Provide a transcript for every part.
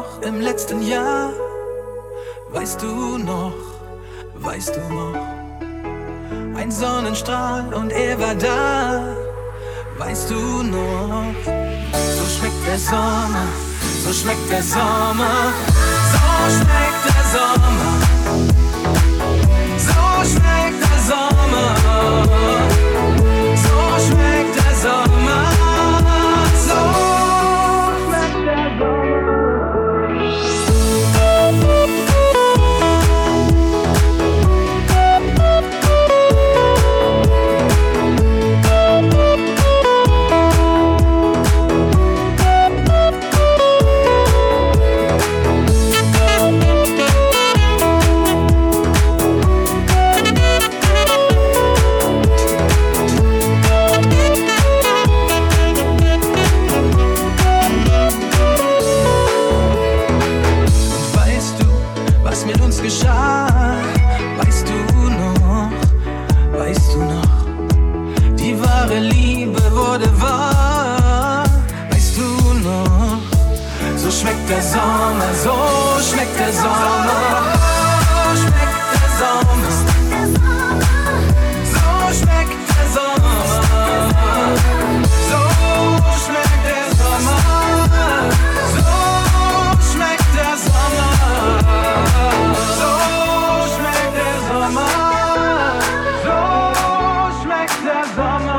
noch im letzten Jahr? Weißt du noch, weißt du noch? Ein Sonnenstrahl und er war da. Weißt du noch? So schmeckt der Sommer, so schmeckt der Sommer. So schmeckt der Sommer. So schmeckt der Sommer. So schmeckt der Sommer. So schmeckt der Sommer. Der Sommer, so schmeckt der Sommer, so schmeckt der Sommer, so schmeckt der Sommer, so schmeckt der Sommer, so schmeckt der Sommer, so schmeckt der Sommer, so schmeckt der Sommer.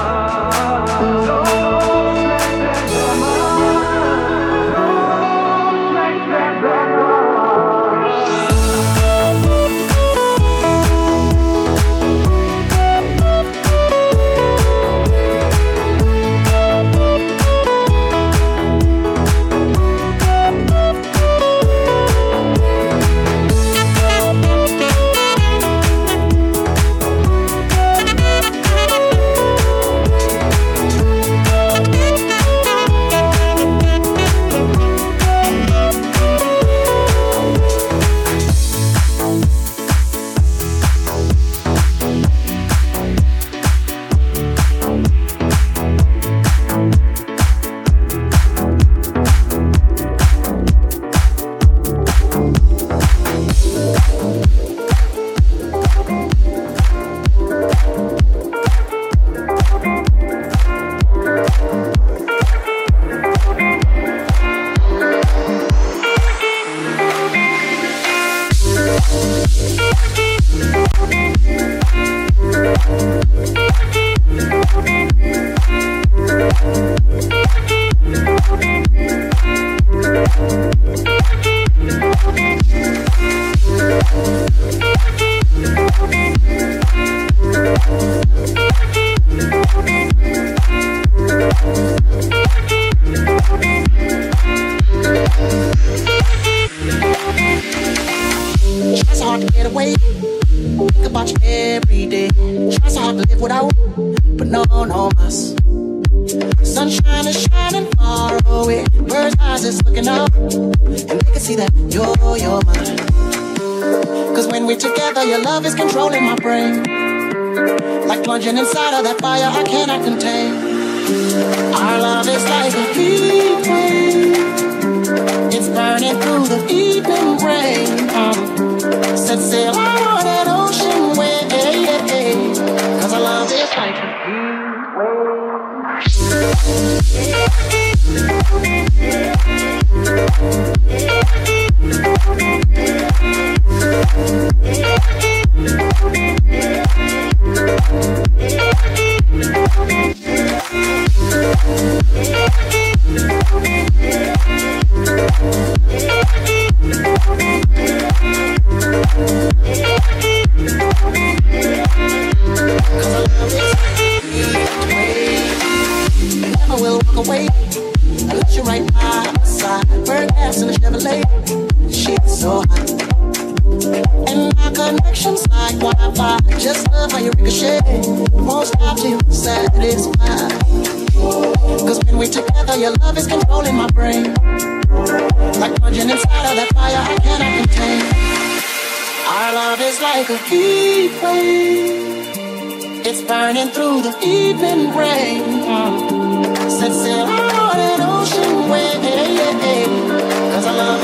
Inside of that fire I cannot contain. Our love is like a heat wave. It's burning through the evening rain. Set sail on an ocean wave. Cause our love is like a heat wave. It's burning through the evening rain. Set sail on an ocean wave. Cause I love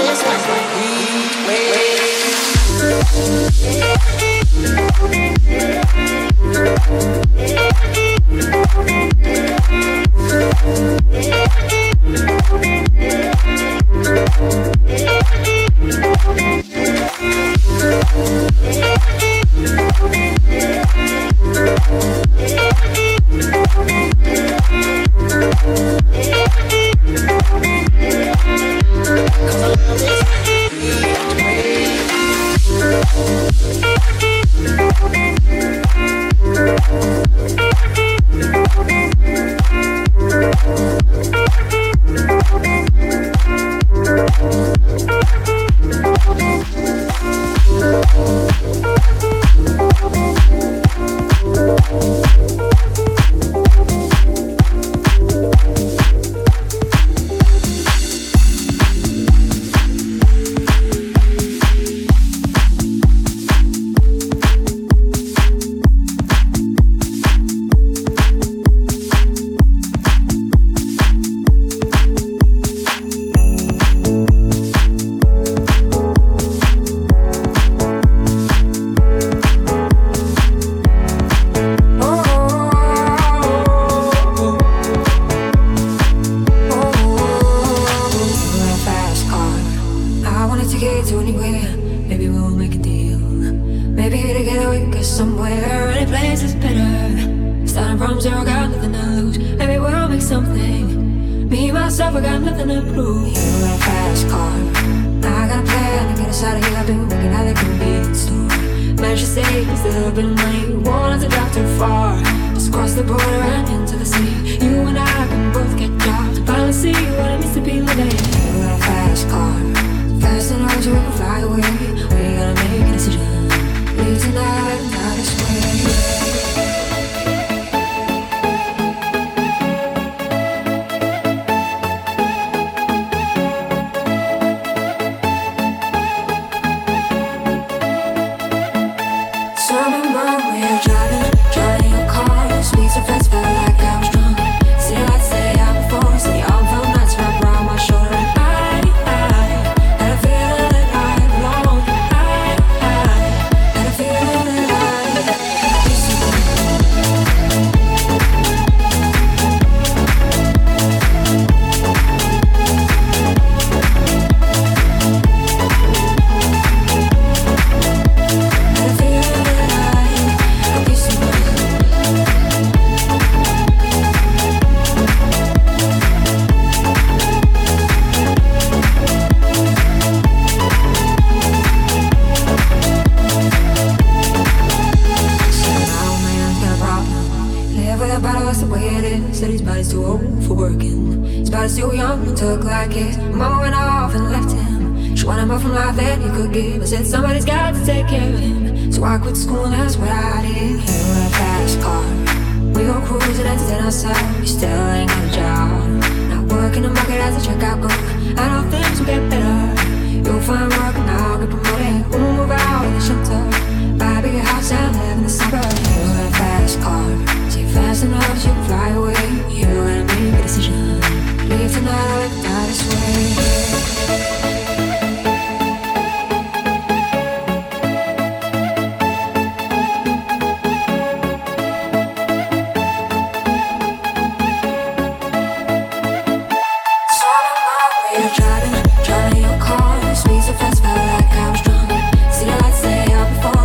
Driving your car, speed so fast, felt like I was drunk. See the lights stay out before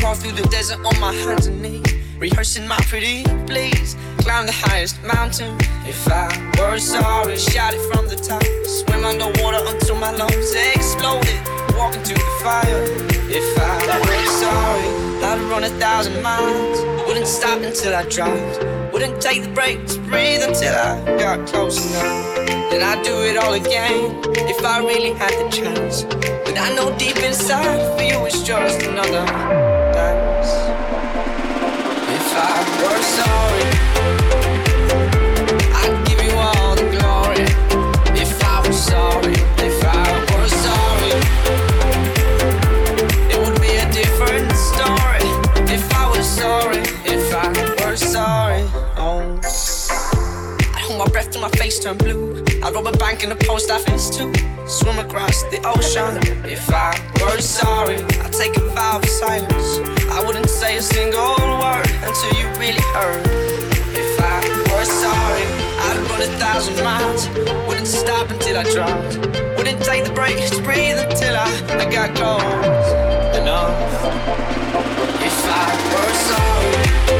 crawl through the desert on my hands and knees, rehearsing my pretty please. Climb the highest mountain. If I were sorry, shout it from the top. Swim underwater until my lungs exploded. Walking through the fire. If I were sorry, I'd run 1,000 miles. Wouldn't stop until I dropped. Wouldn't take the break to breathe until I got close enough. Then I'd do it all again if I really had the chance. But I know deep inside for you it's just another dance. If I were sorry, I'd give you all the glory. If I was sorry, if I were sorry, it would be a different story. If I was sorry, if I were sorry, oh. I'd hold my breath till my face turned blue. I'd rob a bank in the post office too. Swim across the ocean. If I were sorry, I'd take a vow of silence. I wouldn't say a single word until you really heard. If I were sorry, I'd run 1,000 miles. Wouldn't stop until I dropped. Wouldn't take the break to breathe until I got close enough. If I were sorry,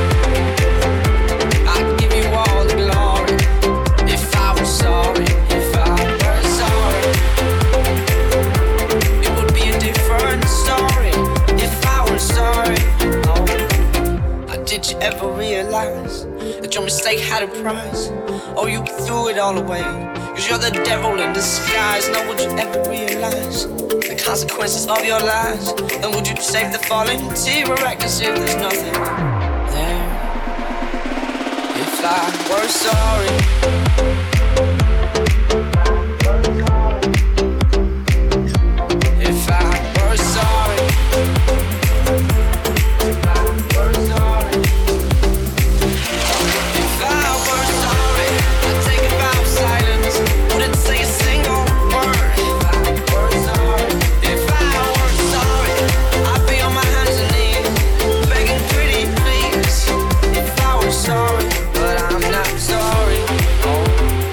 I'd give you all the glory. If I was sorry, if I were sorry, it would be a different story. If I were sorry, oh. Did you ever realize that your mistake had a price? Or you threw it all away? Cause you're the devil in disguise. Now would you ever realize the consequences of your lies? And would you save the fallen T-Rex as if there's nothing there? If I were sorry, if I were sorry, if I were sorry, if I were sorry, I'd take a vow of silence. Wouldn't say a single word. If I were sorry, if I were sorry, I'd be on my hands and knees, begging pretty please. If I were sorry, but I'm not sorry. Oh.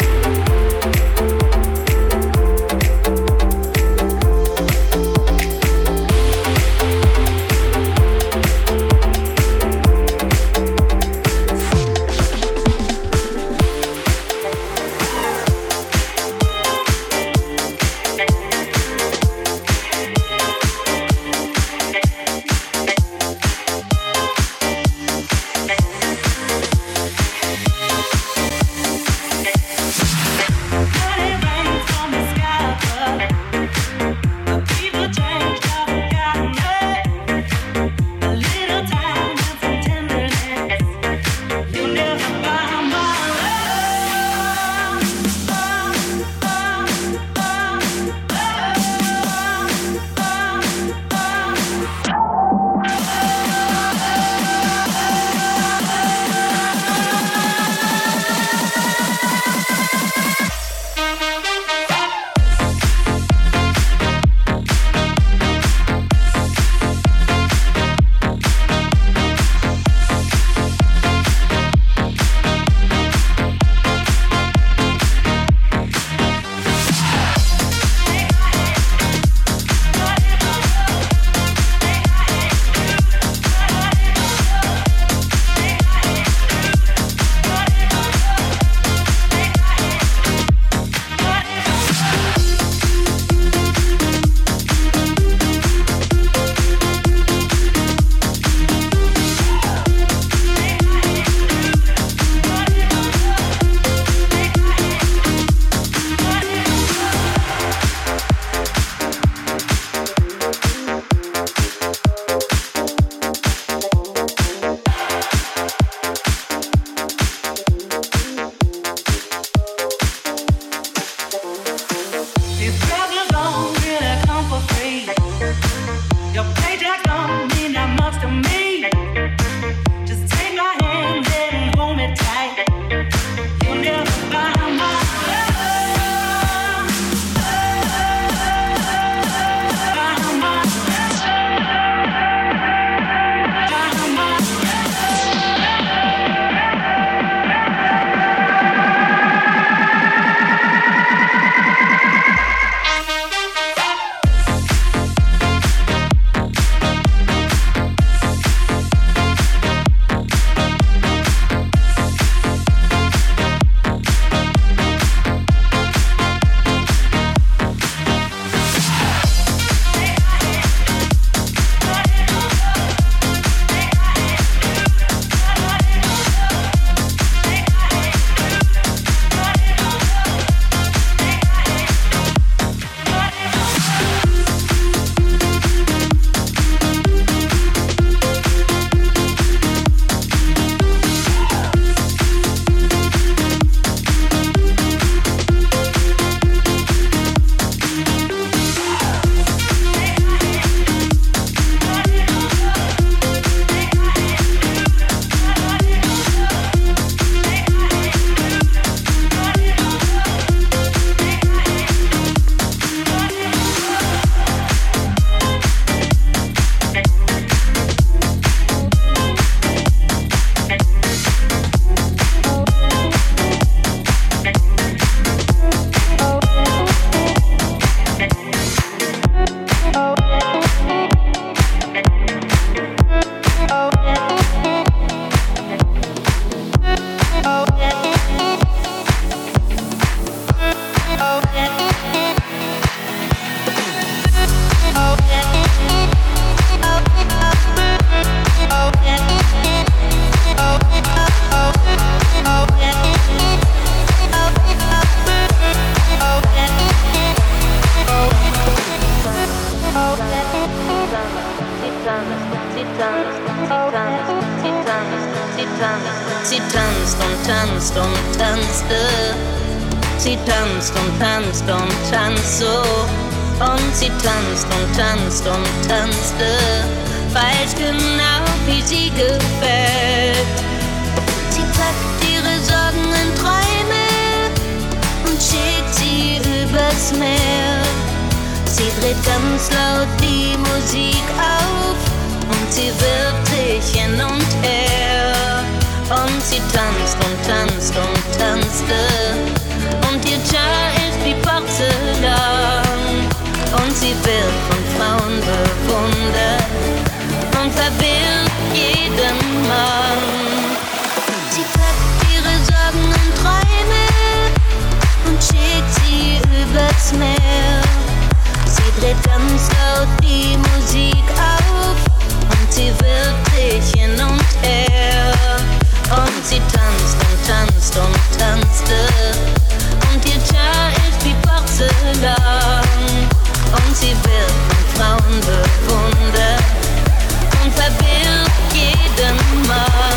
Sie tanzt und tanzt und tanzte. Sie tanzt und tanzt und tanzt so. Und sie tanzt und tanzt und tanzte. Weiß genau, wie sie gefällt. Sie packt ihre Sorgen in Träume und schickt sie übers Meer. Sie dreht ganz laut die Musik auf und sie wirft sich hin und her. Und sie tanzt und tanzt und tanzte. Und ihr Char ist wie Porzellan. Und sie wird von Frauen bewundert und verwirrt jeden Mann. Sie packt ihre Sorgen in Träume und schickt sie übers Meer. Sie dreht ganz laut die Musik auf und sie wirft sich hin und her. Und sie tanzt und tanzt und tanzte. Und ihr Char ist wie Porzellan. Und sie wird von Frauen bewundert und verwirrt jeden Mann.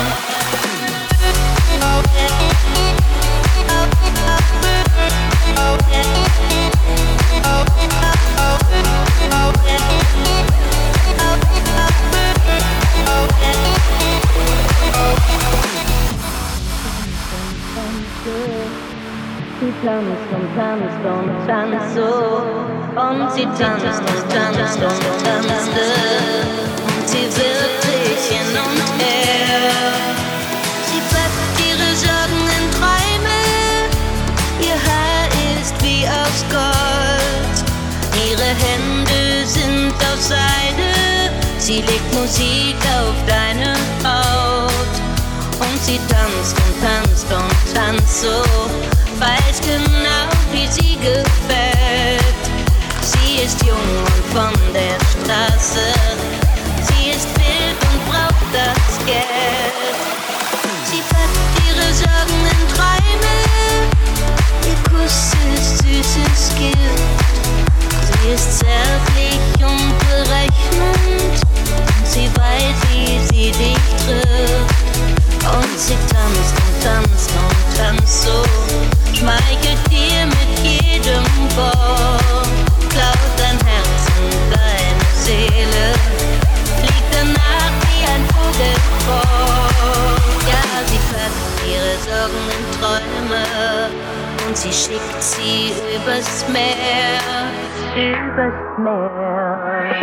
Sie tanzt und tanzt und tanzt so. Und sie tanzt und tanzt und tanzte. Und sie wirft sich hin und her. Sie packt ihre Sorgen in Träume. Ihr Haar ist wie aus Gold. Ihre Hände sind aus Seide. Sie legt Musik auf deine Haut. Und sie tanzt und tanzt und tanzt so. Weiß genau, wie sie gefällt. Sie ist jung und von der Straße. Sie ist wild und braucht das Geld. Sie packt ihre Sorgen in Träume. Ihr Kuss ist süßes Gift. Sie ist zärtlich und berechnend. Und sie weiß, wie sie dich trifft. Und sie tanzt und tanzt und tanzt so. Schmeichelt dir mit jedem Wort. Klaut dein Herz und deine Seele. Fliegt danach wie ein Vogel fort. Ja, sie packt ihre Sorgen in Träume. Und sie schickt sie übers Meer. Übers Meer.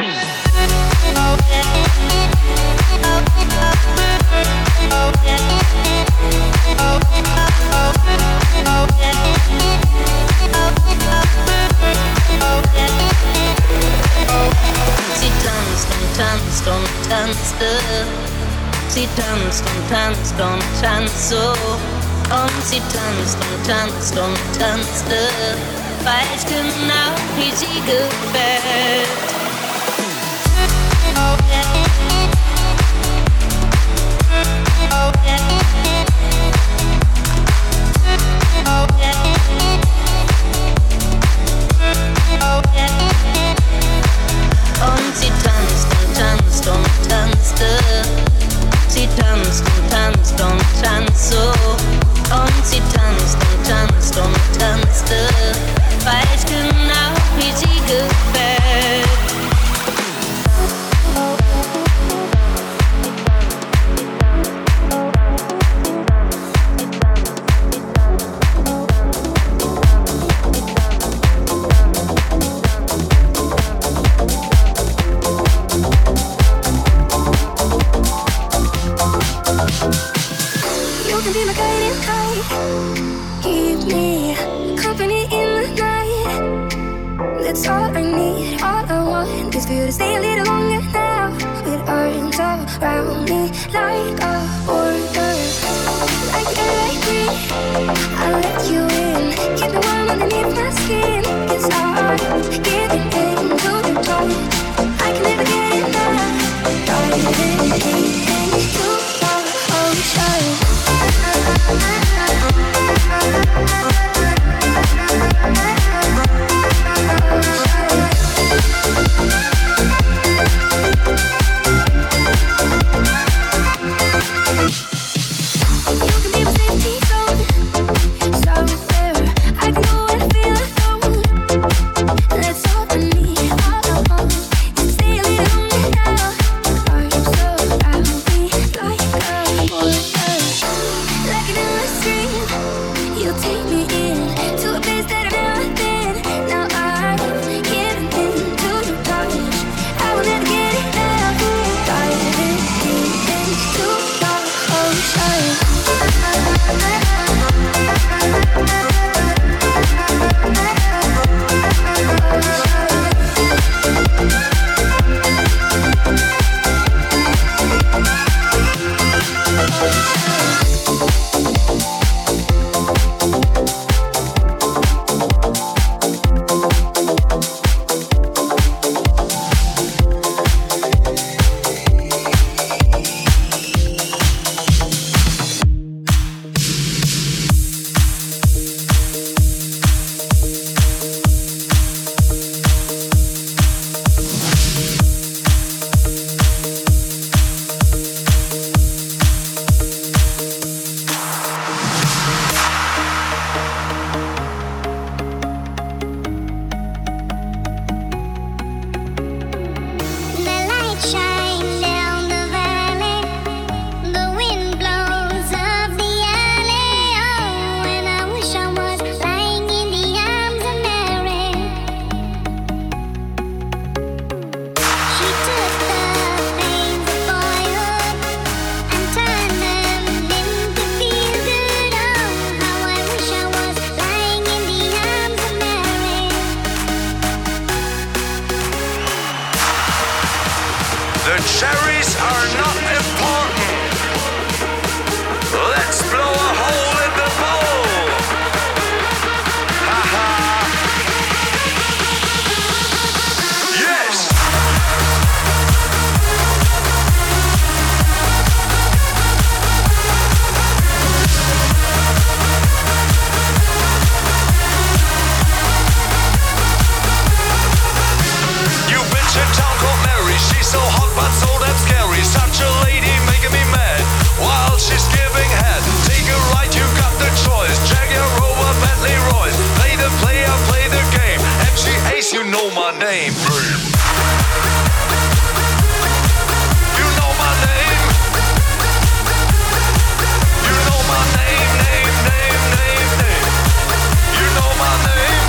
Sie tanzt und tanzt und tanzte. Sie tanzt und tanzt und tanzt so. Und sie tanzt und tanzt und tanzte. Weiß genau, wie sie gefällt. Und sie tanzt und tanzt und tanzte. Sie tanzt und tanzt und tanzt so. Und sie tanzt und tanzt und tanzte. Weiß genau, wie sie gefällt. The cherries are not important. Let's blow a hole in the bowl. Haha. Yes. You bitch in town called Mary. She's so hot but so damn scary. Such a lady making me mad while she's giving head. Take a ride, you got the choice. Jaguar, Rover, Bentley, Royce. Play the player, play the game. MC Ace, you know my name. You know my name. You know my name, name, name, name, name. You know my name.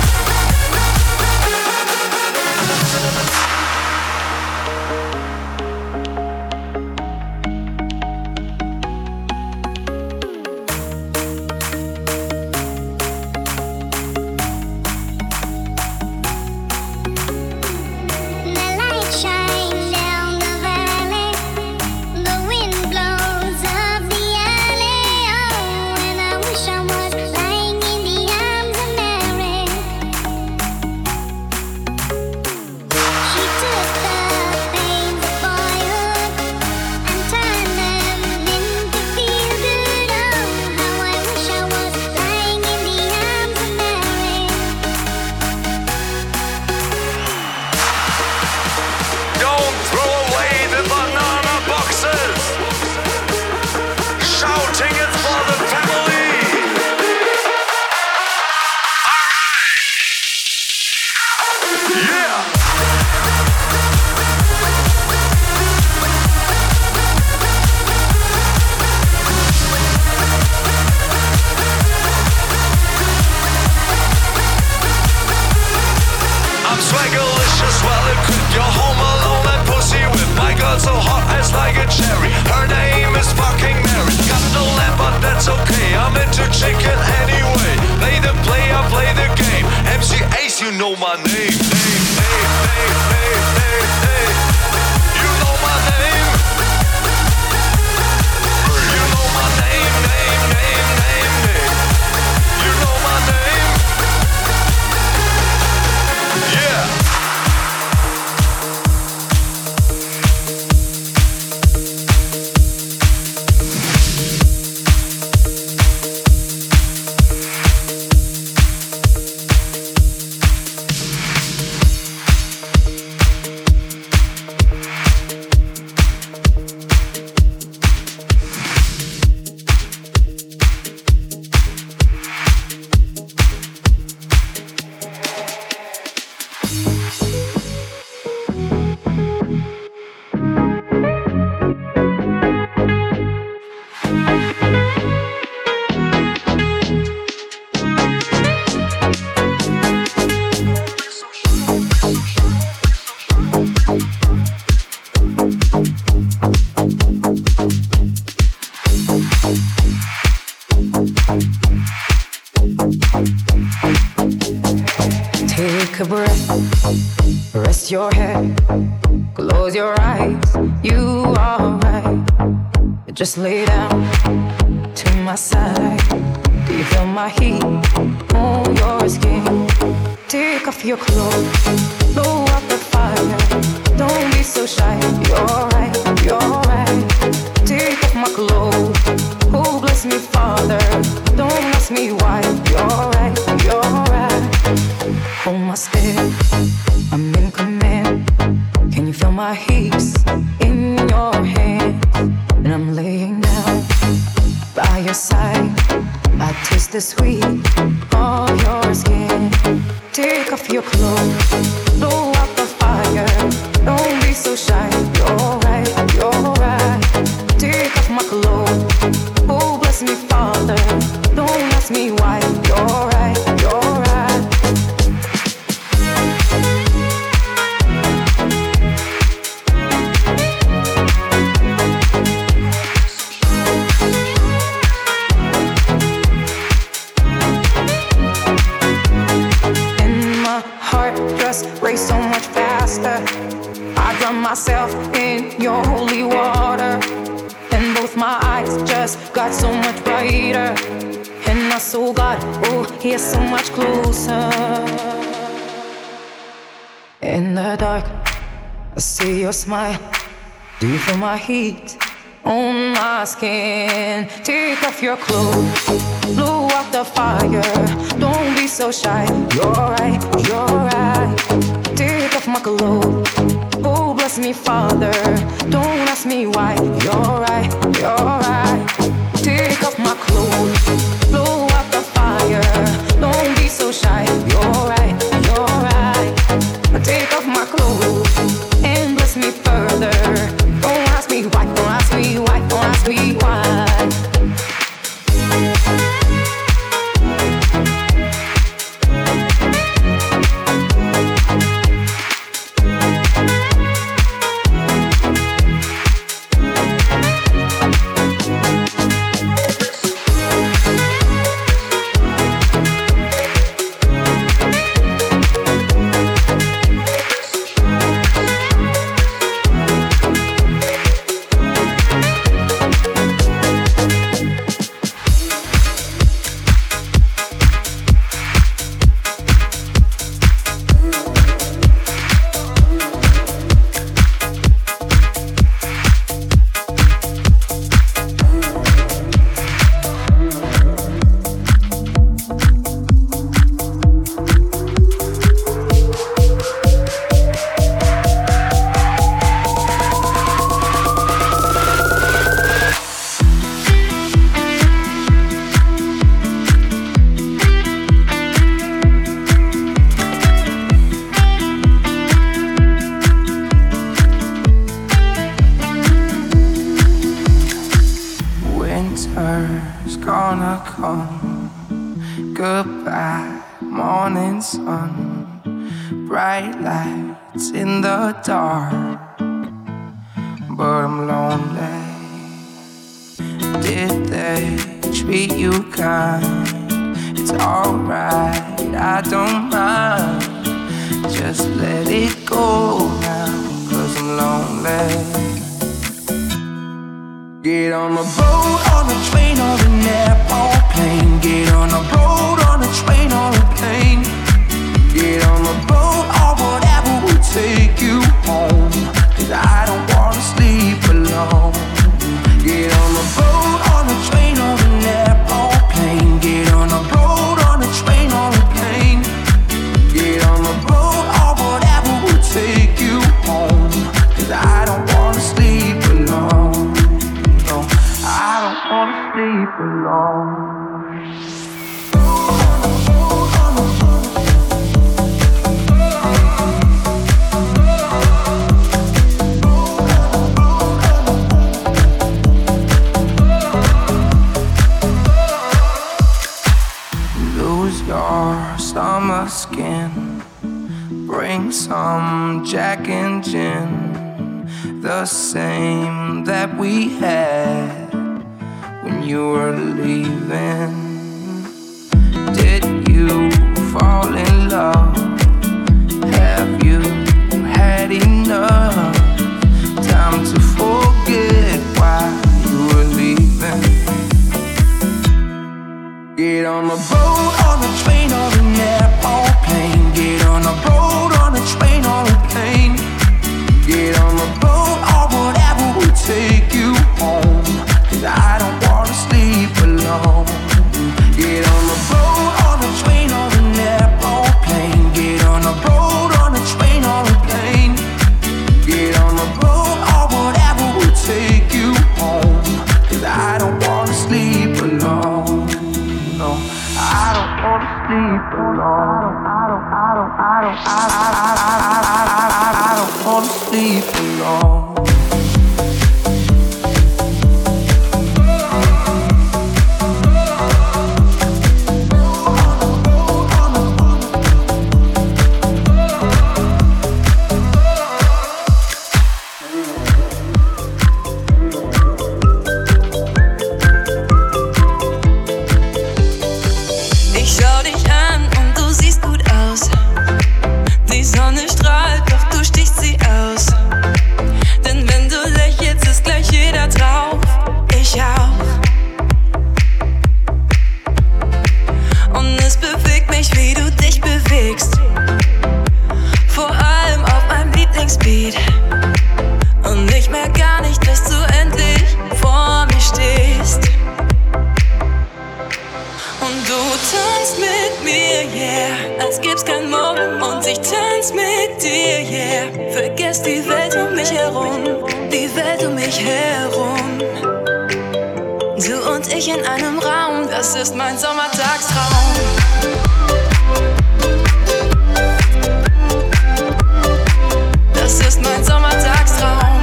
So hot it's like a cherry. Her name is fucking Mary. Got no lamp but that's okay. I'm into chicken anyway. Play the player, play the game. MC Ace, you know my name. Name, name, name, name, name, name. You know my name. You know my name, name, name, name, name. You know my name. Yeah. Take a breath, rest your head, close your eyes, you are right. Just lay down to my side. Do you feel my heat on your skin? Take off your clothes, blow up the fire. Don't be so shy, you're right, you're right. Take off my clothes, oh bless me Father. Don't ask me why, you're right, you're right. Hold my step, I'm in command. Can you feel my hips in your hands? And I'm laying down by your side. I taste the sweet of your skin. Take off your clothes, blow out the fire. Don't be so shy, you're right, you're right. Take off my clothes, oh bless me Father. Don't ask me why, you're right, you're right. I drown myself in your holy water, and both my eyes just got so much brighter, and I saw God, oh, he's so much closer. In the dark, I see your smile. Do you feel my heat on my skin? Take off your clothes, blow out the fire. Don't be so shy. You're right, you're right. Take off my clothes. Oh, bless me, Father. Don't ask me why. You're right, you're right. Take off my clothes, blow out the fire. Don't be so shy. You're right, you're right. Take off my clothes and bless me further. Don't ask me why, don't ask me why, don't ask me why. Die Sonne strahlt, doch du stichst sie aus. ich merk gar nicht, bis du endlich vor mir stehst. Und du tanzt mit mir, yeah, als gäb's kein Morgen. Und ich tanz mit dir, yeah, vergess die Welt um mich herum, die Welt um mich herum. Du und ich in einem Raum, das ist mein Sommertagstraum. Das ist mein Sommertagstraum.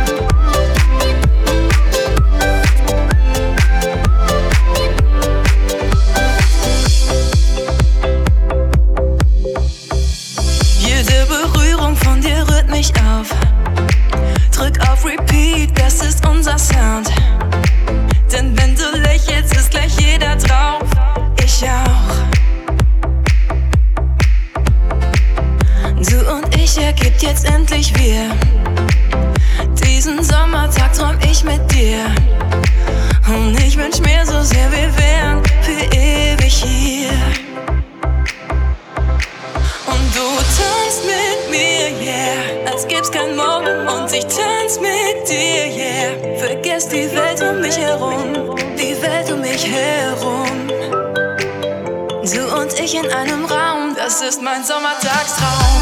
Jede Berührung von dir rührt mich auf. Drück auf Repeat, das ist unser Sound. Denn wenn du lächelst, ist gleich jeder drauf. Ich auch. Du und ich ergibt jetzt endlich wir. Diesen Sommertag träum ich mit dir. Und ich wünsch mir so sehr, wir wären für ewig hier. Und du tanzt mit mir, yeah, als gäb's kein Morgen. Und ich tanz mit dir, yeah, vergess die Welt um mich herum, die Welt um mich herum. Du und ich in einem Raum, das ist mein Sommertagstraum.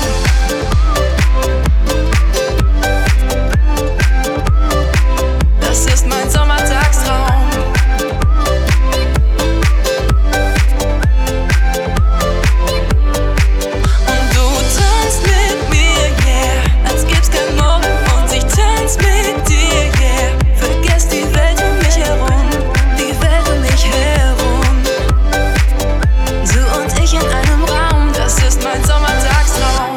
Das ist mein Sommertagstraum. Und du tanzt mit mir, yeah, als gäb's kein Morgen. Und ich tanz mit dir, yeah, vergess die Welt um mich herum, die Welt um mich herum. Du und ich in einem Raum, das ist mein Sommertagstraum.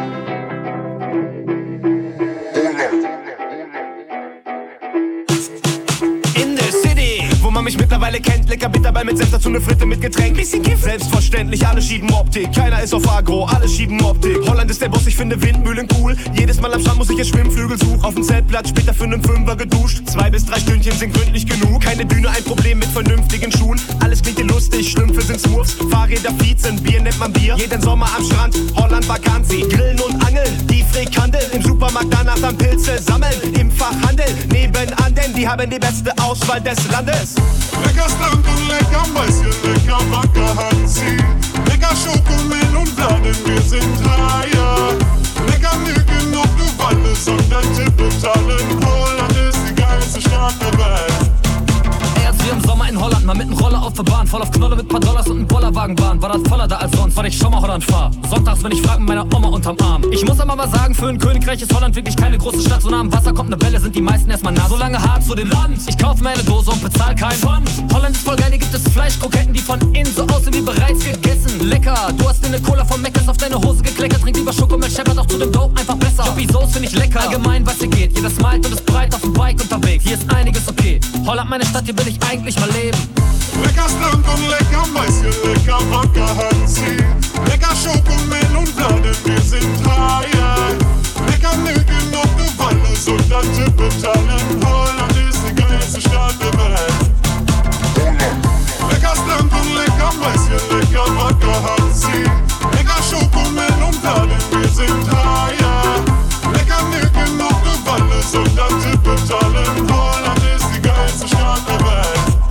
Mich mittlerweile kennt, lecker Bitterball mit Senf, dazu ne Fritte mit Getränk. Bisschen Gift, selbstverständlich, alle schieben Optik. Keiner ist auf Agro, alle schieben Optik. Holland ist der Boss, ich finde Windmühlen cool. Jedes Mal am Strand muss ich jetzt Schwimmflügel suchen. Auf dem Zeltplatz später für nen Fünfer geduscht. 2 bis 3 Stündchen sind gründlich genug. Keine Düne, ein Problem mit vernünftigen Schuhen. Alles klingt dir lustig, Schlümpfe sind Smurfs. Fahrräder, Viezen, Bier nennt man Bier. Jeden Sommer am Strand, Holland Vakanzi. Grillen und Angeln, die Frikandel. Im Supermarkt danach dann Pilze sammeln. Im Fachhandel, nebenan, denn die haben die beste Auswahl des Landes. Lecker Strand und lecker Mäuschen, lecker Wacker Hansi. Lecker Schokomel und Bladen, wir sind Dreier. Lecker Nügen noch du Walle, sondern Tippetalen. Holland ist die geilste Stadt der Welt. Als wir im Sommer in Holland mal mit nem Roller auf der Bahn, voll auf Knolle mit paar Dollars und nem Bollerwagen waren, war das voller da als sonst, weil ich schon mal Holland fahr. Sonntags, wenn ich frag mit meiner Oma unterm Arm. Ich muss aber mal sagen, für ein Königreich ist Holland wirklich keine große Stadt. So nah am Wasser kommt ne Welle, sind die meisten erstmal nah. So lange hart zu dem Land, ich kauf mir eine Dose und bezahl kein Pfand. Holland ist voll geil, hier gibt es Fleischkroketten, die von innen so aussehen wie bereits gegessen. Lecker, du hast dir ne Cola von Meckes auf deine Hose gekleckert. Trink lieber Schokomel, scheppert auch zu dem Dope einfach besser. Joppy Soße find ich lecker, allgemein was hier geht. Jeder smilet und ist breit auf dem Bike unterwegs. Hier ist einiges okay, Holland meine Stadt, hier will ich eigentlich mal leben. Lecker Strand und lecker Mäuschen, lecker Wacker Hansi. Lecker Schokomel und Bladen, wir sind Dreier. Lecker Nügen noch du Walle, sondern Tippetalen. Holland ist die geilste Stadt der Welt. Lecker Strand und lecker Mäuschen, lecker Wacker Hansi. Lecker Schokomel und Bladen, wir sind Dreier. Lecker Nügen noch du Walle, sondern Tippetalen. Holland ist die geilste Stadt der Welt.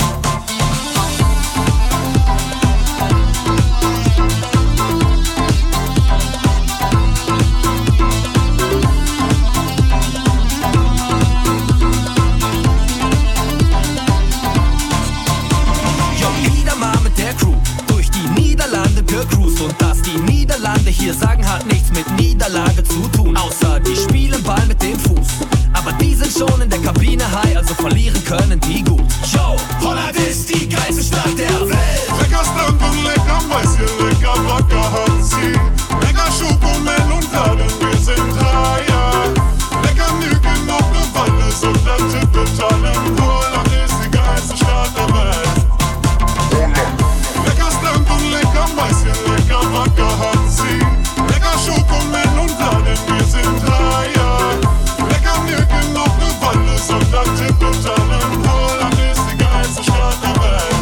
Cruise und dass die Niederlande hier sagen, hat nichts mit Niederlage zu tun. Außer die spielen Ball mit dem Fuß. Aber die sind schon in der Kabine high, also verlieren können die gut. Yo, Holland ist die geilste Stadt der Welt. Lecker Strand und lecker Mäuschen, lecker Wacker Hansi. Lecker Schokomel und Bladen, wir sind Dreier. Lecker Nügen noch du Walle, sondern Tippetalen. Holland ist die geilste Stadt der Welt. Lecker Strand und lecker Mäuschen, lecker Wacker Hansi. Lecker Schokomel und Bladen, wir sind Dreier. Lecker Nügen noch du Walle, sondern Tippetalen. Holland ist die geilste Stadt der Welt.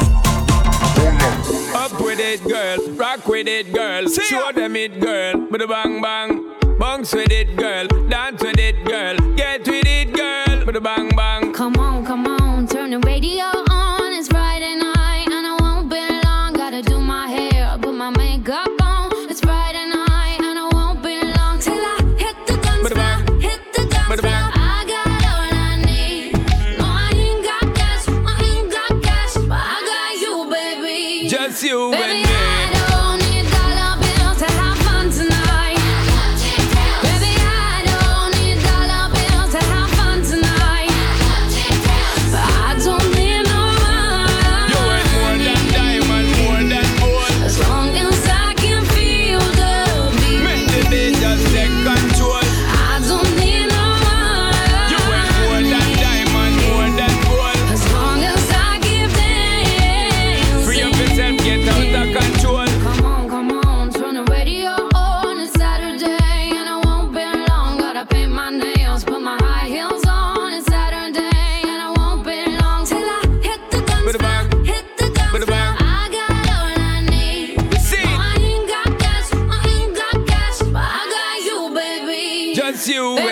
Up with it, girl. Rock with it, girl. Show them it, girl. With a bang bang. Bounce with it, girl. Dance with it, girl. Get with it, girl.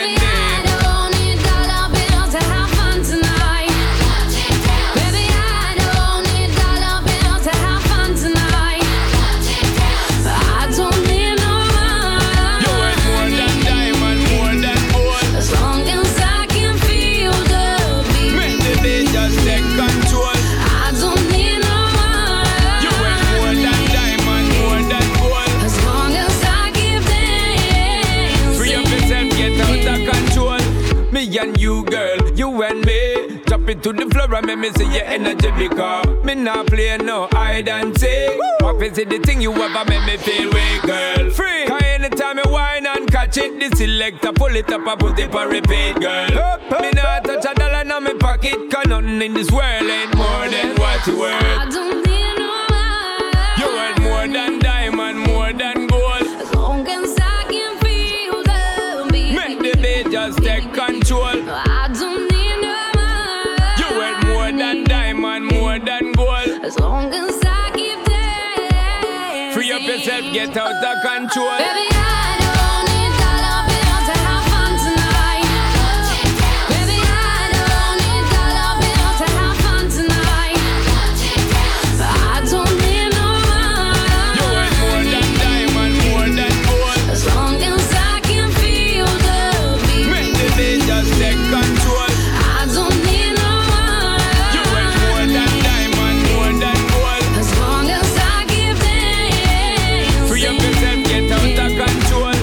Baby, I don't need dollar bills to have fun tonight. Baby, I don't need dollar bills to have fun tonight. I don't need no money. You want more than diamond, more than gold. As long as I can feel the beat. Make the beat just take control. I don't need no money. You want more than diamond, more than gold. As long as I keep dancing. Free up yourself, get out of control. Me and you, girl, you and me. Drop it to the floor and make me see your energy because me not play no hide and seek. What is it the thing you ever make me feel weak, girl? Free. Cause anytime you whine and catch it, the selector pull it up and put it for repeat, girl. Me not touch a dollar in my pocket, cause nothing in this world ain't more than what you worth. I don't need no money. You worth more than diamond, more than gold. As long as I can feel the beat. Make the beat just take control. I don't need no money. You worth more than diamond, more than gold. As long as I keep dancing. Free up yourself, get out of control. Baby, I don't need dollar bills to have fun tonight. Baby, I don't need dollar bills to have fun tonight. I don't need no money. You worth more than diamond, more than gold. As long as I can feel the beat. Make the beat just take control. I don't need no money. You worth more than diamond, more than gold. As long as I keep dancing. Free up yourself, get out of control.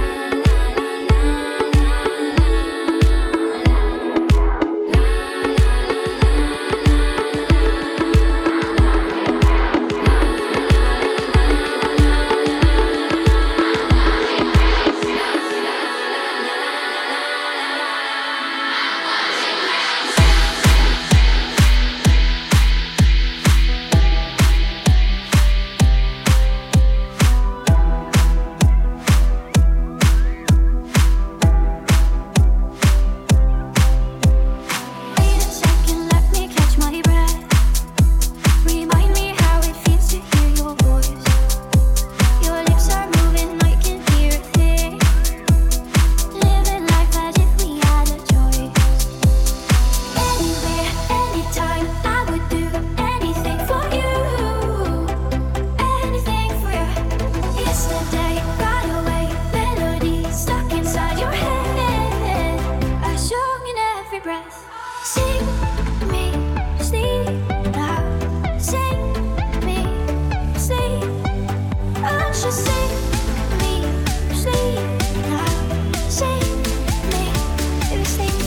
Wait a second, let me catch my breath. Remind me how it feels to hear your voice. Your lips are moving, I can hear a thing. Living life as if we had a choice. Anywhere, anytime, I would do anything for you. Anything for you. Yesterday got away, melody stuck inside your head. A song in every breath. Sing me sleep now. Sing me sleep. Oh, just sing me sleep now. Sing me sleep.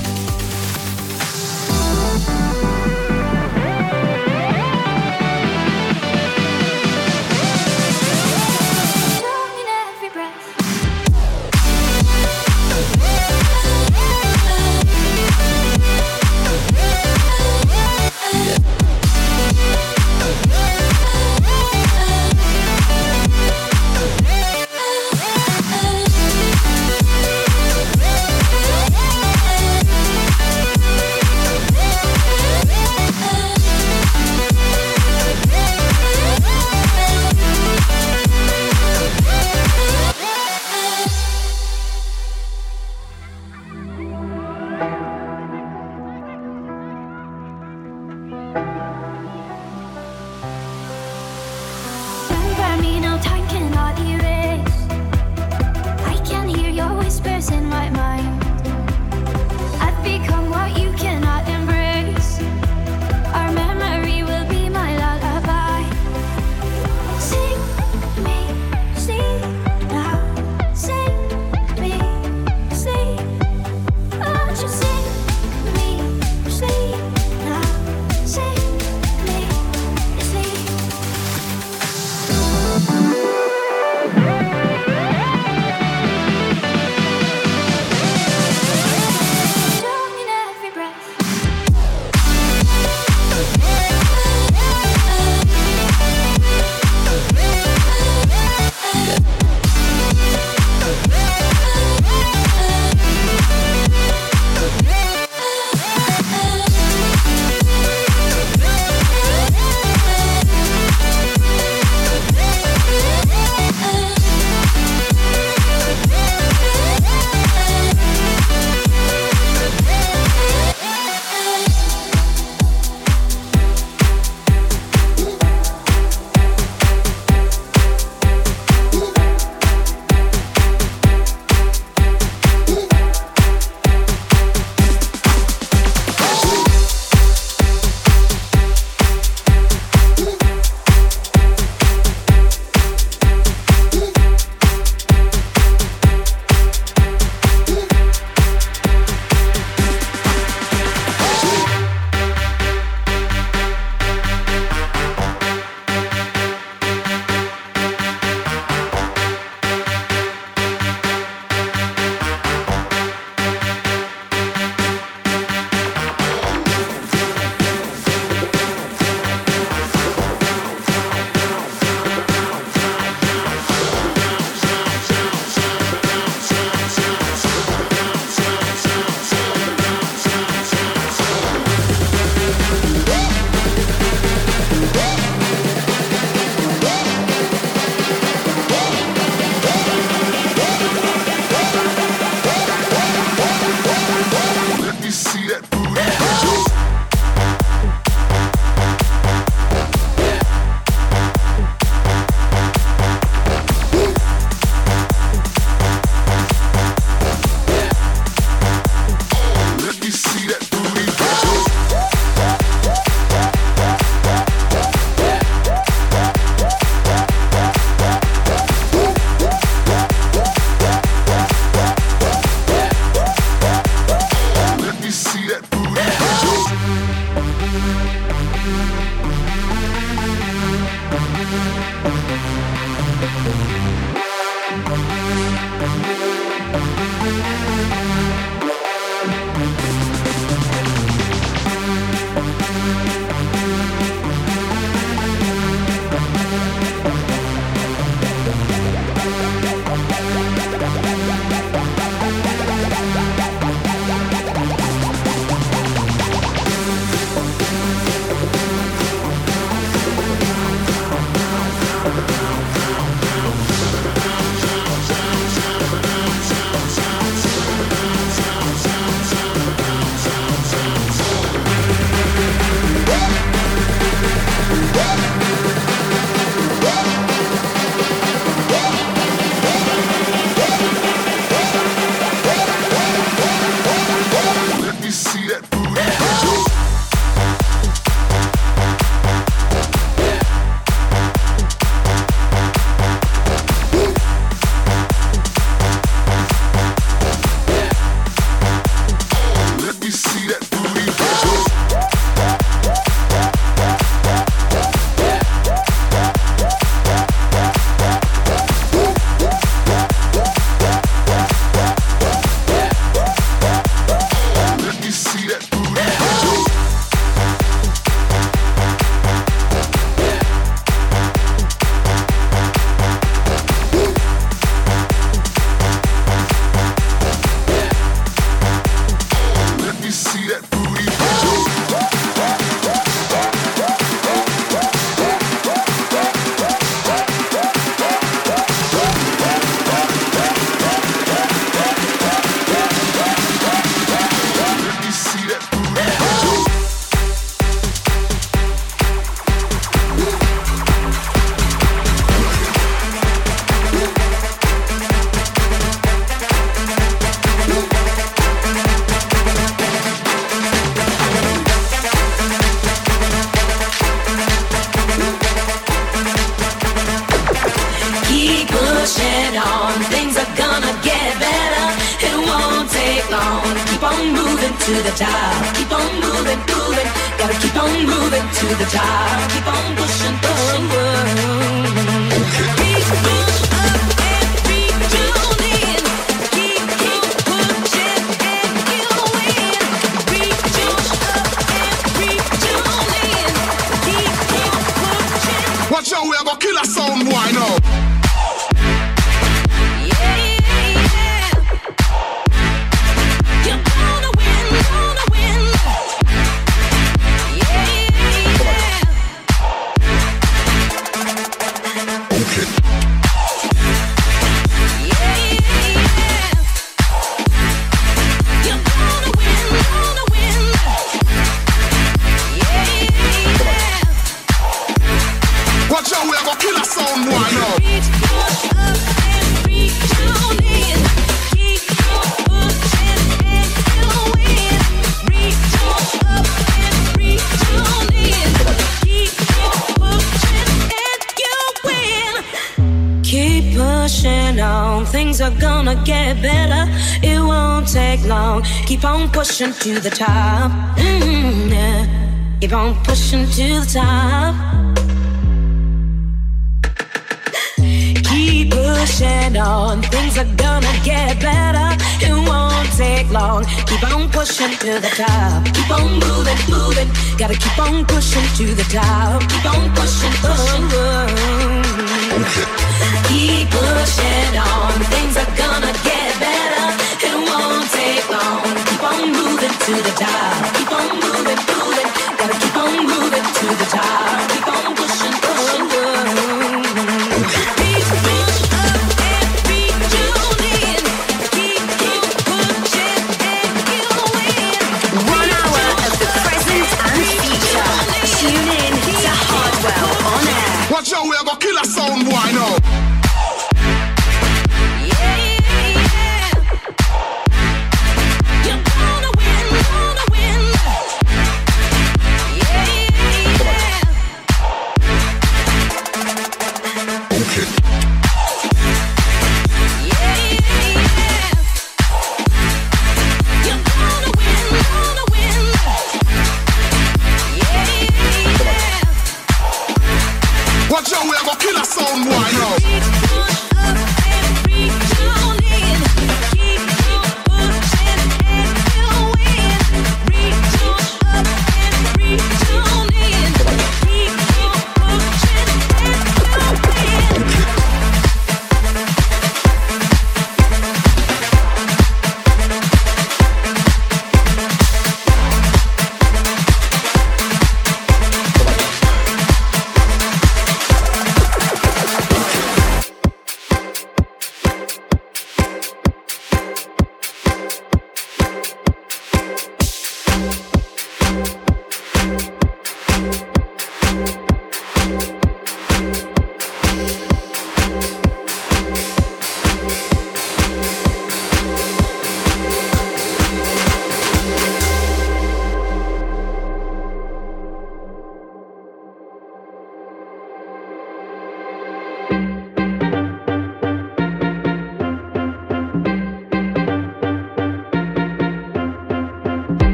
Song in every breath. Stand by me, no time cannot erase. I can hear your whispers in my mind. I've become what you cannot embrace. Our memory will be my lullaby. Sing me sleep now. Sing me sleep. Oh, just sing see that booty. To the top, keep on moving, moving. Gotta keep on moving to the top. Keep on pushing, pushing. Keep push up and reach on in. Keep pushing and you win. Reach up and reach on in. Keep pushing. Watch out, we are gonna kill a sound boy now. Things are gonna get better. It won't take long. Keep on pushing to the top. Yeah. Keep on pushing to the top. Keep pushing on. Things are gonna get better. It won't take long. Keep on pushing to the top. Keep on moving, moving. Gotta keep on pushing to the top. Keep on pushing, pushing. Keep pushing on. Things are gonna get better. It won't take long. Keep on moving to the top. Keep on moving, moving. Gotta keep on moving to the top. Keep on pushing, pushing. Keep push up and reach on in. Keep pushing and you win. 1 hour of the present and future. Tune in to Hardwell on air. Watch out, we are gonna kill a sound boy now. Watch out, we are gonna kill a sound boy now.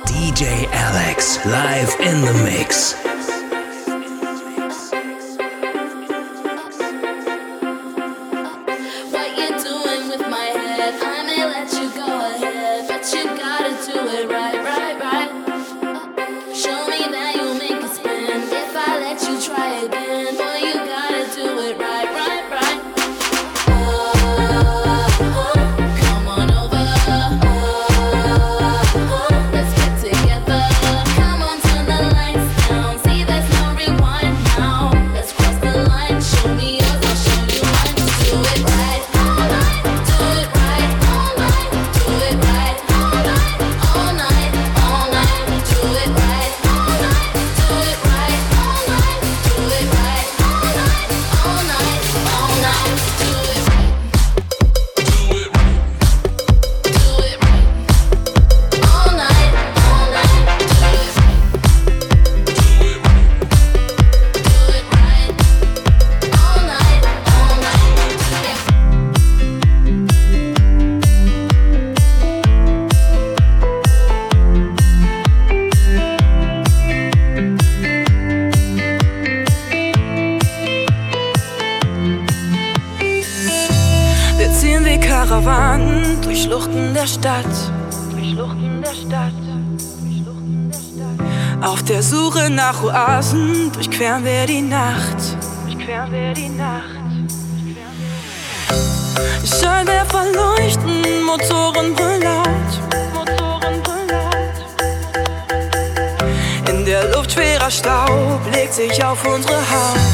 DJ Alex, live in the mix. Karawanen durch Schluchten der Stadt. Auf der Suche nach Oasen durchqueren wir die Nacht. Scheinwerfer leuchten, Motoren brüllen laut. In der Luft schwerer Staub legt sich auf unsere Haut.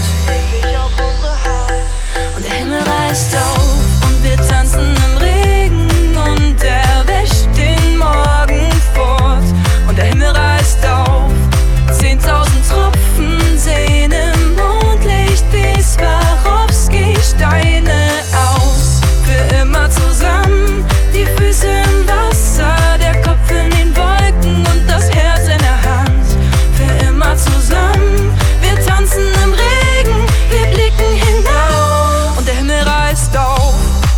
Und der Himmel reißt auf. Wir tanzen im Regen und er wäscht den Morgen fort. Und der Himmel reißt auf, 10.000 Tropfen sehen im Mondlicht wie Swarovski-Steine aus. Für immer zusammen, die Füße im Wasser, der Kopf in den Wolken und das Herz in der Hand. Für immer zusammen, wir tanzen im Regen, wir blicken hinauf. Und der Himmel reißt auf.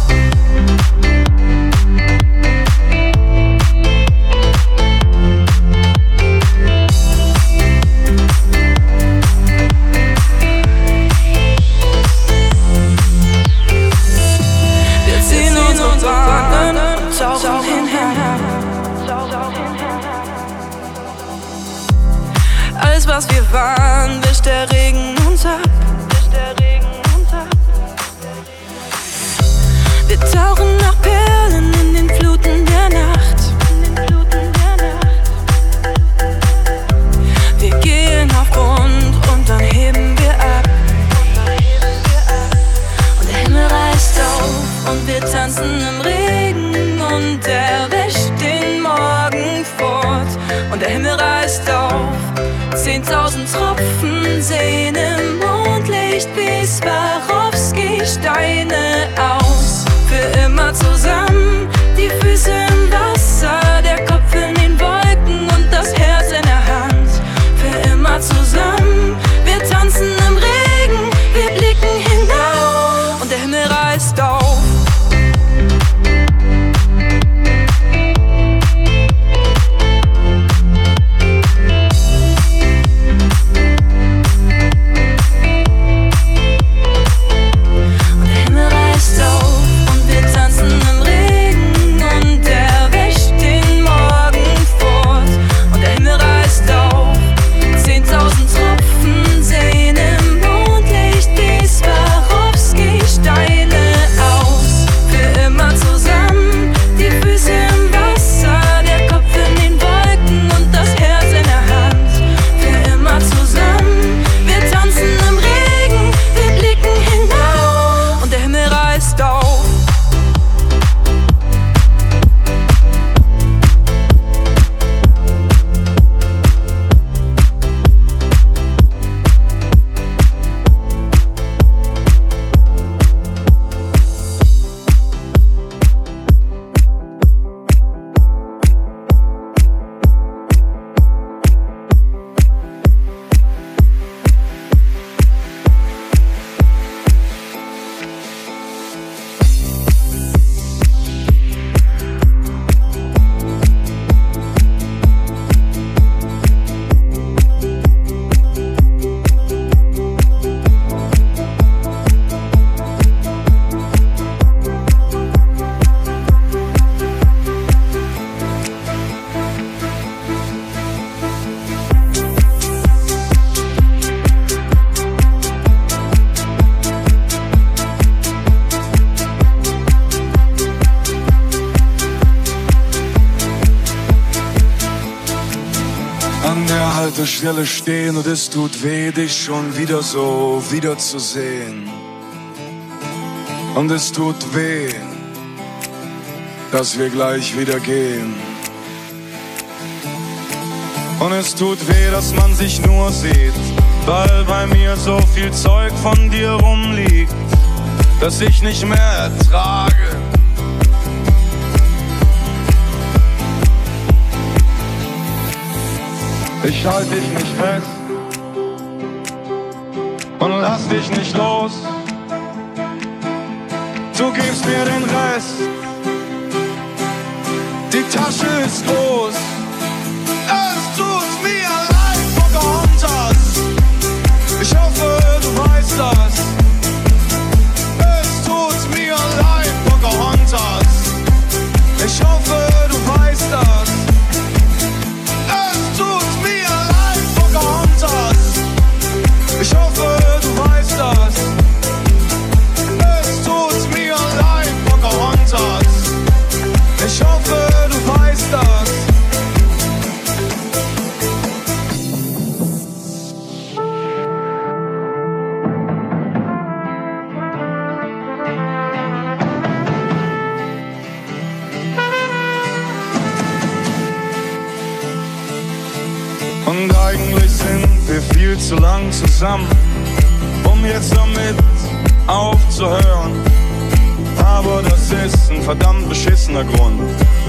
Alles, was wir waren, wischt der Regen uns ab. Wir tauchen nach Perlen in den Fluten der Nacht. Wir gehen auf Grund und dann heben wir ab. Und der Himmel reißt auf und wir tanzen im Regen und er wäscht den Morgen fort. Und der Himmel reißt auf, 10.000 Tropfen sehen im Mondlicht wie Swarovski-Steine aus. Für immer zusammen, die Füße im Wasser, der Kopf in den Wolken und das Herz in der Hand. Für immer zusammen, wir tanzen im Regen, wir blicken hinauf. Und der Himmel reißt auf. an der Haltestelle stehen und es tut weh, dich schon wieder so wiederzusehen. Und es tut weh, dass wir gleich wieder gehen. Und es tut weh, dass man sich nur sieht, weil bei mir so viel Zeug von dir rumliegt, das ich nicht mehr ertrage. Ich halte dich nicht fest und lass dich nicht los. Du gibst mir den Rest, die Tasche ist groß. Es tut mir leid, Pocahontas. Ich hoffe, du weißt das. Es tut mir leid, Pocahontas. Ich hoffe, du weißt das. Es tut mir leid, Pocahontas. Ich hoffe, du weißt das. Es tut mir leid, Pocahontas. Ich hoffe, du weißt das. Und eigentlich sind wir viel zu lang zusammen, um jetzt damit aufzuhören. Aber das ist ein verdammt beschissener Grund.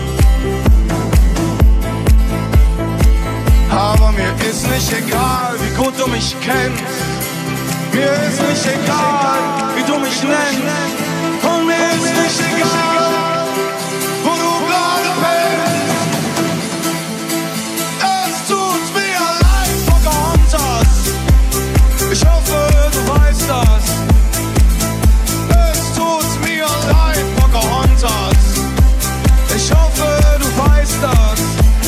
Aber mir ist nicht egal, wie gut du mich kennst. Mir ist nicht egal, wie du mich nennst. Und mir ist nicht egal, wo du gerade bist. Es tut mir leid, Pocahontas. Ich hoffe, du weißt das. Es tut mir leid, Pocahontas. Ich hoffe, du weißt das.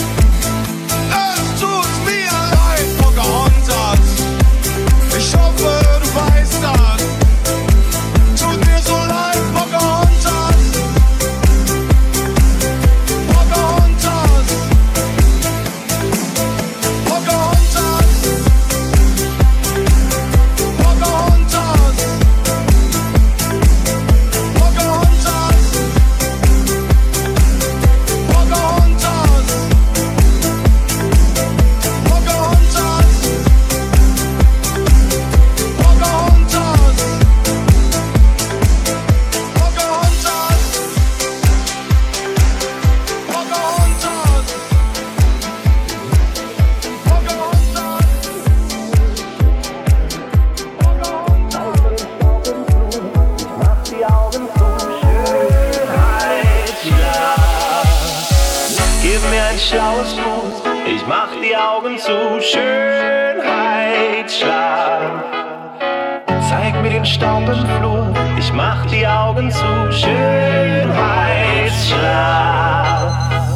Es tut mir leid, Pocahontas. Ich hoffe, du weißt das. Tut mir so leid, Pocahontas. Pocahontas. Pocahontas. Pocahontas. Pocahontas. Pocahontas. Pocahontas. Pocahontas. Gib mir ein schlaues Buch, ich mach die Augen zu. Schönheitsschlaf. Zeig mir den Staub im Flur, ich mach die Augen zu. Schönheitsschlaf.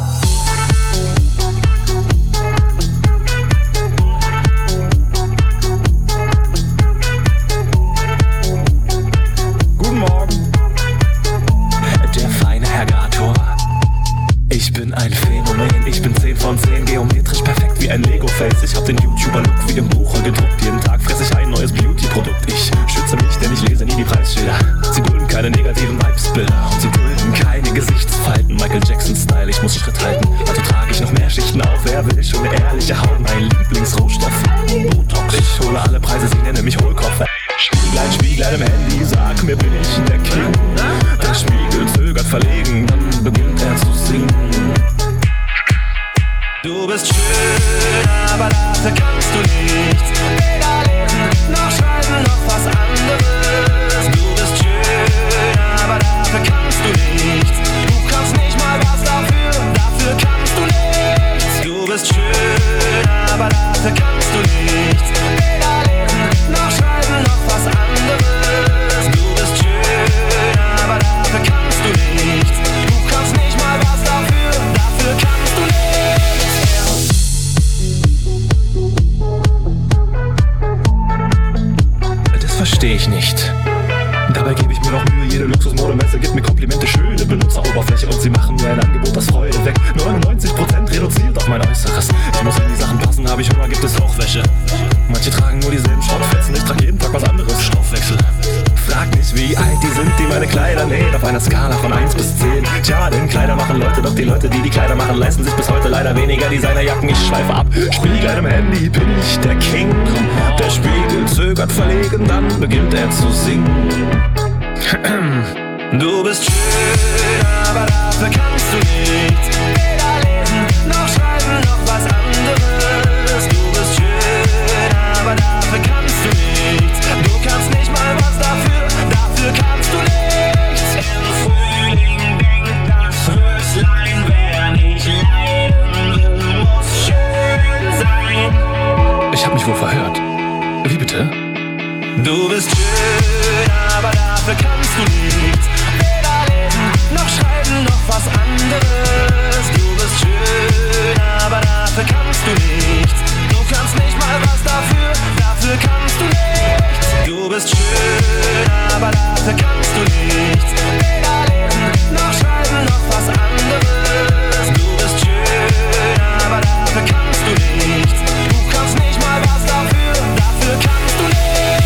Guten Morgen, der feine Herr Gator. Ich bin ein Phänomen, ich bin 10 von 10, geometrisch perfekt wie ein Lego-Face. Ich hab den YouTuber-Look wie im Buch gedruckt. Jeden Tag fress ich ein neues Beauty-Produkt. Ich schütze mich, denn ich lese nie die Preisschilder. Sie dulden keine negativen Vibes-Bilder und sie dulden keine Gesichtsfalten. Michael Jackson-Style, ich muss Schritt halten. Also trage ich noch mehr Schichten auf. Wer will schon eine ehrliche Haut? Mein Lieblingsrohstoff, Botox. Ich hole alle Preise, sie nennen mich Hohlkopf. Spieglein im Handy, sag mir, bin ich der King? Der Spiegel zögert verlegen, dann beginnt er zu singen. Du bist schön, aber dafür kannst du nichts. Weder lesen, noch schreiben, noch was anderes. Du bist schön, aber dafür kannst du nichts. Du kannst nicht mal was dafür kannst du nichts. Du bist schön, aber dafür kannst du nichts. Weder lesen, noch schreiben, noch was anderes. Du bist schön, aber dafür kannst du nichts. Du kannst nicht mal was dafür kannst du nichts. Verstehe ich nicht. Dabei gebe ich mir noch Mühe, jede Luxusmodemesse gibt mir Komplimente, schöne Benutzeroberfläche und sie machen mir ein Angebot, das Freude weckt. 99% reduziert auf mein Äußeres. Ich muss in die Sachen passen, Hab ich Hunger, gibt es auch Wäsche. Manche tragen nur dieselben Schrottfetzen, ich trage jeden Tag was anderes. Stoffwechsel. Frag nicht, wie alt die sind, die meine Kleider nähen. Auf einer Skala von 1 bis 10. Tja, denn Kleider machen Leute, doch die Leute, die Kleider machen, leisten sich bis heute leider weniger Designerjacken. Ich schweife ab, Spiegel im Handy, bin ich der King. Der Spiegel zögert verlegen, dann beginnt er zu singen. Du bist schön, aber dafür kannst du nichts. Weder lesen, noch schreiben, noch was anderes. Du bist schön, aber dafür kannst du nichts. Du kannst nicht mal was dafür kannst du nichts. Im Frühling denkt das Röslein, wer nicht leiden muss schön sein. Ich hab mich wohl verhört. Wie bitte? Du bist schön, aber dafür kannst du nichts. Weder lesen, noch schreiben, noch was anderes. Du bist schön, aber dafür kannst du nichts. Du kannst nicht mal was dafür kannst du nichts. Du bist schön, aber dafür kannst du nichts. Weder lesen, noch schreiben, noch was anderes. Du bist schön, aber dafür kannst du nichts. Du kannst nicht mal was dafür kannst du nichts.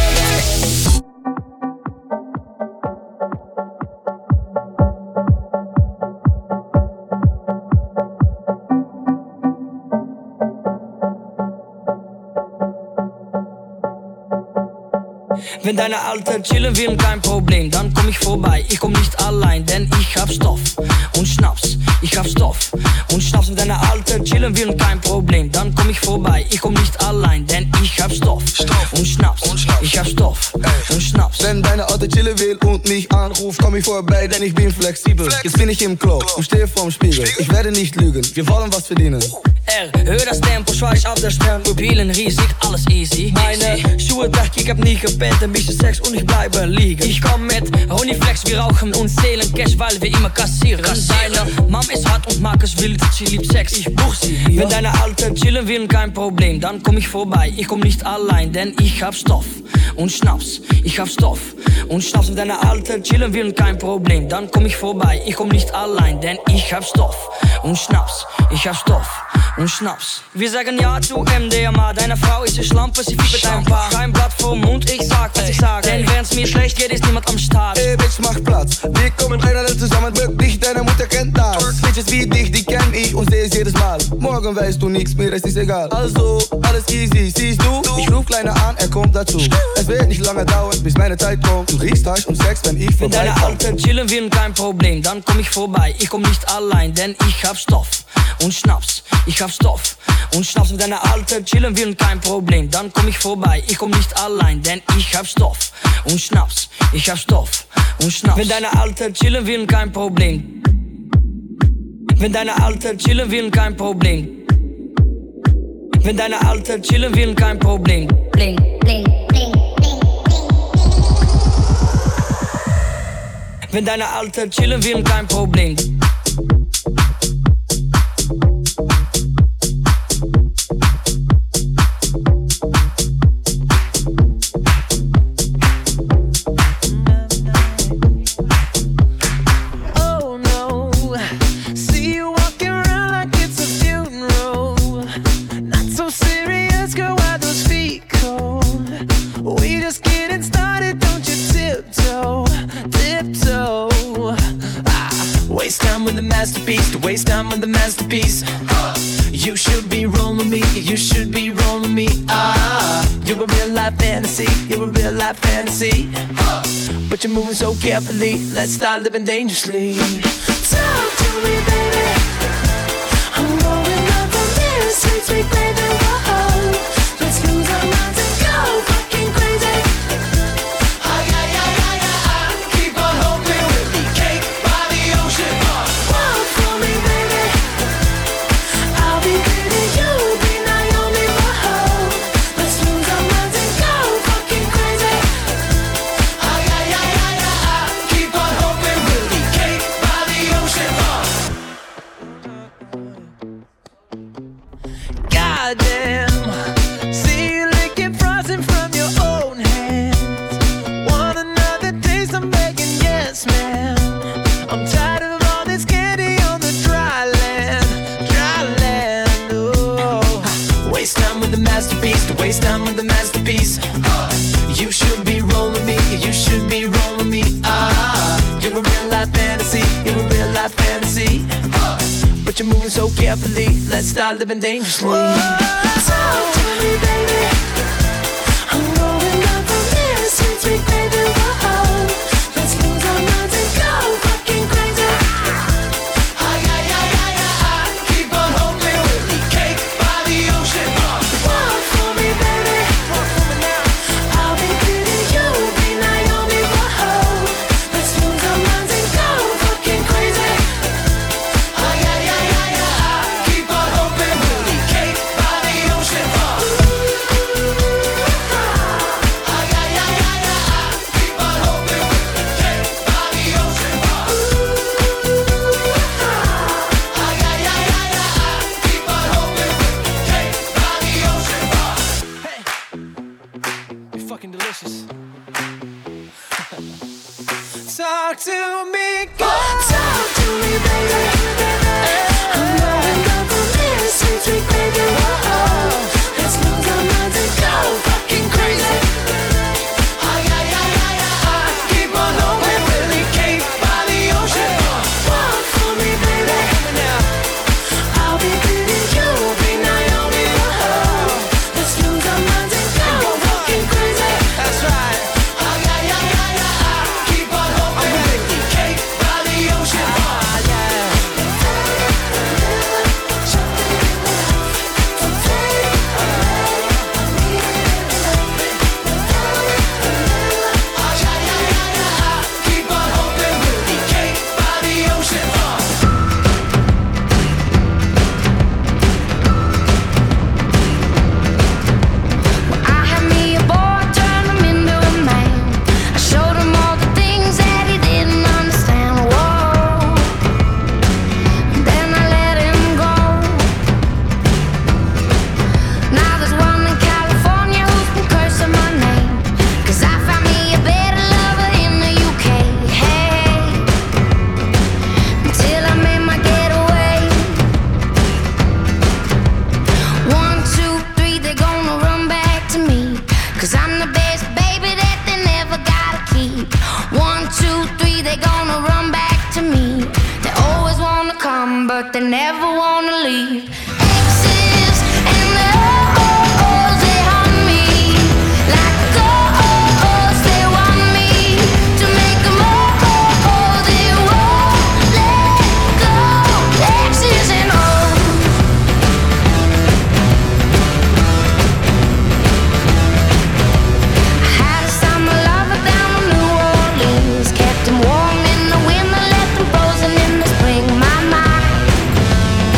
Wenn deine Alte chillen will, kein Problem, dann komm ich vorbei. Ich komm nicht allein, denn ich hab Stoff und Schnaps. Ich hab Stoff und Schnaps. Wenn deine Alte chillen will, kein Problem, dann komm ich vorbei. Ich komm nicht allein, denn ich hab Stoff und Schnaps. Ich hab Stoff und Schnaps. Wenn deine Alte chillen will und mich anruft, komm ich vorbei, denn ich bin flexibel. Jetzt bin ich im Klo und stehe vorm Spiegel. Ich werde nicht lügen, wir wollen was verdienen. Hör das Tempo, schweig auf der Stern. Pupillen riesig, alles easy. Meine Schuhe dacht, ich hab nie gepennt. Ein bisschen Sex und ich bleibe liegen. Ich komm mit Honeyflex, wir rauchen und zählen Cash, weil wir immer kassieren. Deine Mom ist hart und mag es wild, sie liebt Sex, ich buch sie. Wenn deine Alte chillen will, kein Problem, dann komm ich vorbei. Ich komm nicht allein, denn ich hab Stoff und Schnaps. Ich hab Stoff und Schnaps. Wenn deine Alte chillen will, kein Problem, dann komm ich vorbei. Ich komm nicht allein, denn ich hab Stoff und Schnaps. Ich hab Stoff und Schnaps. Wir sagen ja zu MDMA, deine Frau ist eine Schlampe, sie fiebt ein paar. Kein Blatt vorm Mund, ich sag, was ich sag. Denn wenn's mir schlecht geht, ist niemand am Start. Ey, Bitch, mach Platz, wir kommen einer zusammen, wirklich, deine Mutter kennt das. Bitches wie dich, die kenn ich und seh es jedes Mal. Morgen weißt du nichts, mir ist egal. Also, alles easy, siehst du? Ich ruf Kleiner an, er kommt dazu. Es wird nicht lange dauern, bis meine Zeit kommt. Du riechst Hasch und Sex, wenn ich vorbei komm. Wenn deine Alte chillen will, kein Problem, dann komm ich vorbei. Ich komm nicht allein, denn ich hab Stoff und Schnaps. Ich hab Stoff und Schnaps. Wenn deine Alte chillen will, kein Problem, dann komm ich vorbei. Ich komm nicht allein, denn ich hab Stoff und Schnaps. Ich hab Stoff und Schnaps. Wenn deine Alte chillen will, kein Problem. Wenn deine Alte chillen will, kein Problem. Wenn deine Alte chillen will, kein Problem. Bling, bling, bling, bling. Wenn deine Alte chillen will, kein Problem. To waste time with the masterpiece. You should be rolling me, you should be rolling me. You're a real life fantasy, you're a real life fantasy. But you're moving so carefully, let's start living dangerously. Talk to me, baby. I'm going up on this sweet, sweet baby. Whoa, let's lose our minds and go fucking crazy. Keep on hoping we'll be cake by the ocean. Goddamn. masterpiece, to waste time with the masterpiece. You should be rolling me, you should be rolling me. You're a real life fantasy, you're a real life fantasy. But you're moving so carefully, let's start living dangerously. Talk to me, baby. I'm rolling up from this sweet, sweet baby. Whoa, let's lose our minds and go fucking crazy. Keep on hoping we'll be cake by the ocean. Walk for me, baby. I'll be pretty, you'll be Naomi. Whoa, let's lose our minds and go fucking crazy. Keep on hoping we'll be cake by the ocean. You're fucking delicious. Talk to me, Talk to me, baby. I'm rolling up from this sweet, sweet baby. Whoa, let's lose our minds and go fucking crazy. Keep on hoping we'll be cake by the ocean. Walk for me, baby. I'll be pretty, you'll be Naomi. Whoa, let's lose our minds and go fucking crazy. That's right. Keep on hoping we'll be cake by the ocean. Keep on hoping we'll be cake by the ocean. I had me a boy, turned him into a man. I showed him all the things that he didn't understand. Whoa, then I let him go. Now there's one in California who's been cursing my name, 'cause I found me a better lover in the UK. Hey, until I made my getaway. 1, 2, 3, they're gonna run back to me, 'cause I'm the best baby that they never gotta keep. 1, 2, 3, they're gonna run back to me. They always wanna come, but they never wanna leave. Exes and the oh-ohs, they haunt me like ghosts. They want me to make them oh-oh, they won't let go. Exes and O's. I had a summer lover down in New Orleans, kept him warm in the winter, left him frozen in the spring. My mind,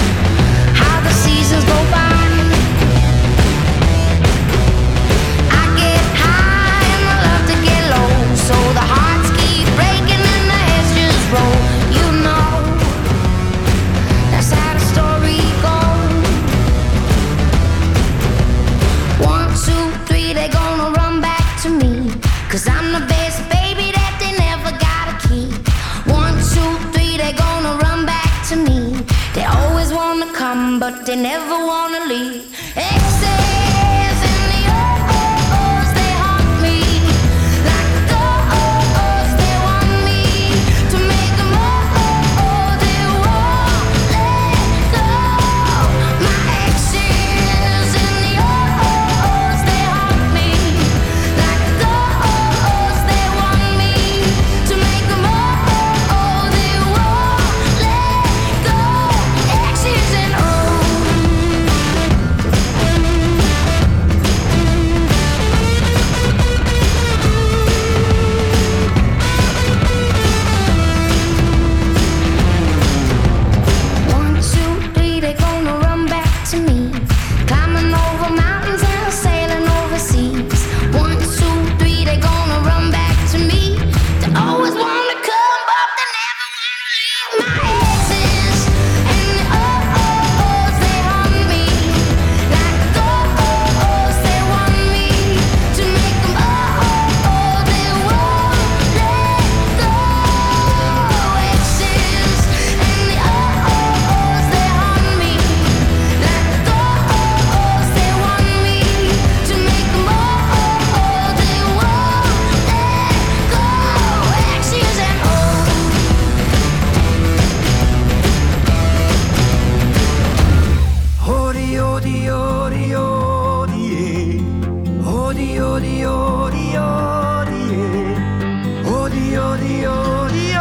odi, odi, odi, odi, odi, odi,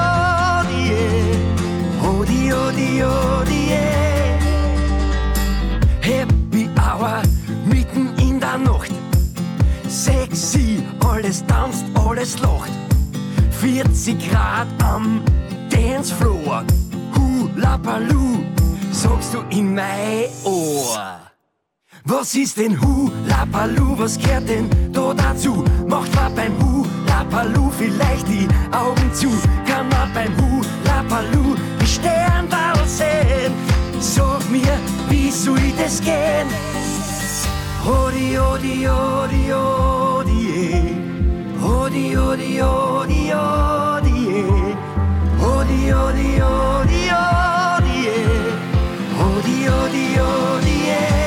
odi, odi, odi, Happy Hour, mitten in der Nacht. Sexy, alles tanzt, alles lacht. 40 Grad am Dancefloor. Hula Baloo, sagst du in mein Ohr. Was ist denn Hula Baloo, was gehört denn da dazu? Macht man beim Hula Baloo vielleicht die Augen zu? Kann man beim Hula Baloo die Sternwall sehen? Sag mir, wie soll das gehen? Odi, odi, odi, odi, odi, odi, odi, odi, odi, odi, odi, odi, odi, odi,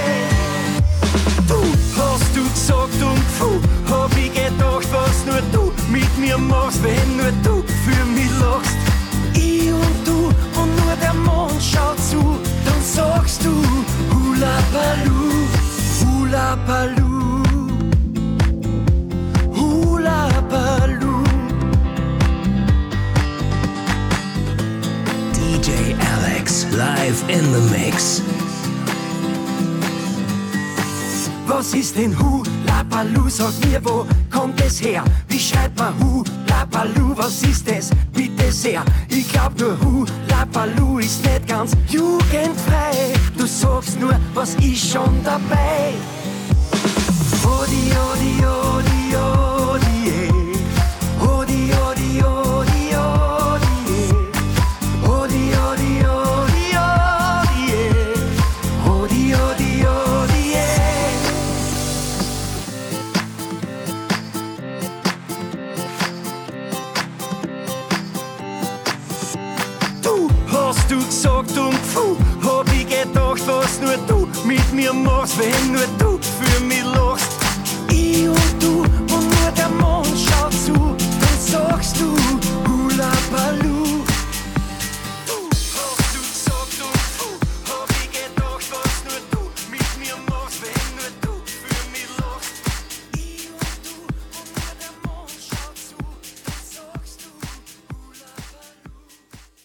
Du hast du gesagt und puh, hab ich gedacht, was nur du mit mir machst, wenn nur du für mich lachst. Ich und du und nur der Mond schaut zu, dann sagst du Hula Baloo, Hula Baloo, Hula Baloo. DJ Alex live in the mix. Was ist denn Hula Baloo? Sag mir, wo kommt es her? Wie schreibt man Hula Baloo? Was ist es? Bitte sehr. Ich glaub nur Hula Baloo ist nicht ganz jugendfrei. Du sagst nur, was ist schon dabei? Odi, odi, odi, odi, odi, odi, odi, odi, odi, odi, odi, odi, odi, odi, Du hast du gesagt und puh, hab ich gedacht, was nur du mit mir machst, wenn nur du